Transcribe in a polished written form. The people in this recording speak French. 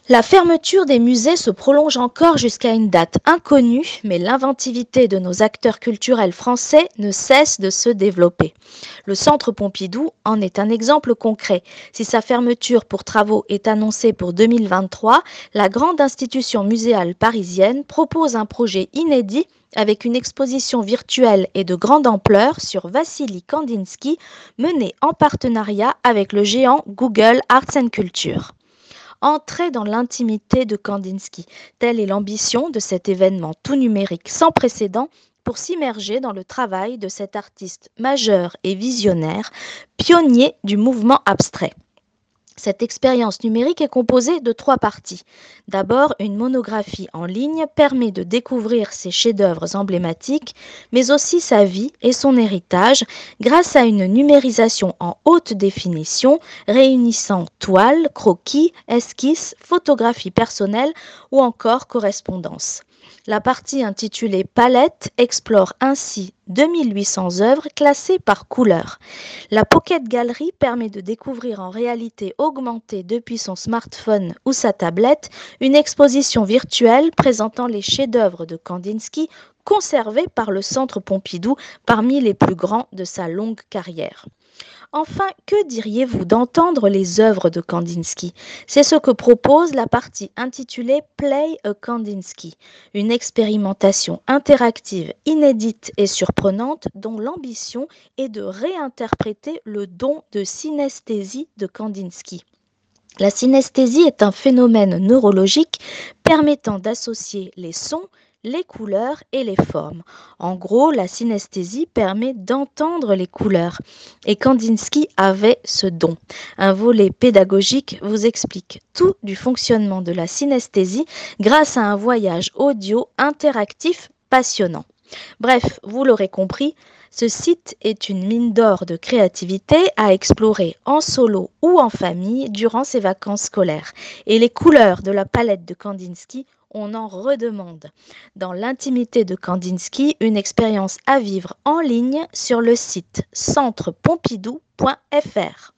La fermeture des musées se prolonge encore jusqu'à une date inconnue, mais l'inventivité de nos acteurs culturels français ne cesse de se développer. Le Centre Pompidou en est un exemple concret. Si sa fermeture pour travaux est annoncée pour 2023, la grande institution muséale parisienne propose un projet inédit avec une exposition virtuelle et de grande ampleur sur Vassili Kandinsky menée en partenariat avec le géant Google Arts and Culture. Entrer dans l'intimité de Kandinsky, telle est l'ambition de cet événement tout numérique sans précédent pour s'immerger dans le travail de cet artiste majeur et visionnaire, pionnier du mouvement abstrait. Cette expérience numérique est composée de 3 parties. D'abord, une monographie en ligne permet de découvrir ses chefs-d'œuvre emblématiques, mais aussi sa vie et son héritage grâce à une numérisation en haute définition réunissant toiles, croquis, esquisses, photographies personnelles ou encore correspondances. La partie intitulée Palette explore ainsi 2800 œuvres classées par couleur. La Pocket Gallery permet de découvrir en réalité augmentée depuis son smartphone ou sa tablette une exposition virtuelle présentant les chefs-d'œuvre de Kandinsky conservés par le Centre Pompidou parmi les plus grands de sa longue carrière. Enfin, que diriez-vous d'entendre les œuvres de Kandinsky? C'est ce que propose la partie intitulée Play a Kandinsky, une expérimentation interactive inédite et surprenante dont l'ambition est de réinterpréter le don de synesthésie de Kandinsky. La synesthésie est un phénomène neurologique permettant d'associer les sons, les couleurs et les formes. En gros, la synesthésie permet d'entendre les couleurs. Et Kandinsky avait ce don. Un volet pédagogique vous explique tout du fonctionnement de la synesthésie grâce à un voyage audio interactif passionnant. Bref, vous l'aurez compris, ce site est une mine d'or de créativité à explorer en solo ou en famille durant ses vacances scolaires. Et les couleurs de la palette de Kandinsky, on en redemande. Dans l'intimité de Kandinsky, une expérience à vivre en ligne sur le site centrepompidou.fr.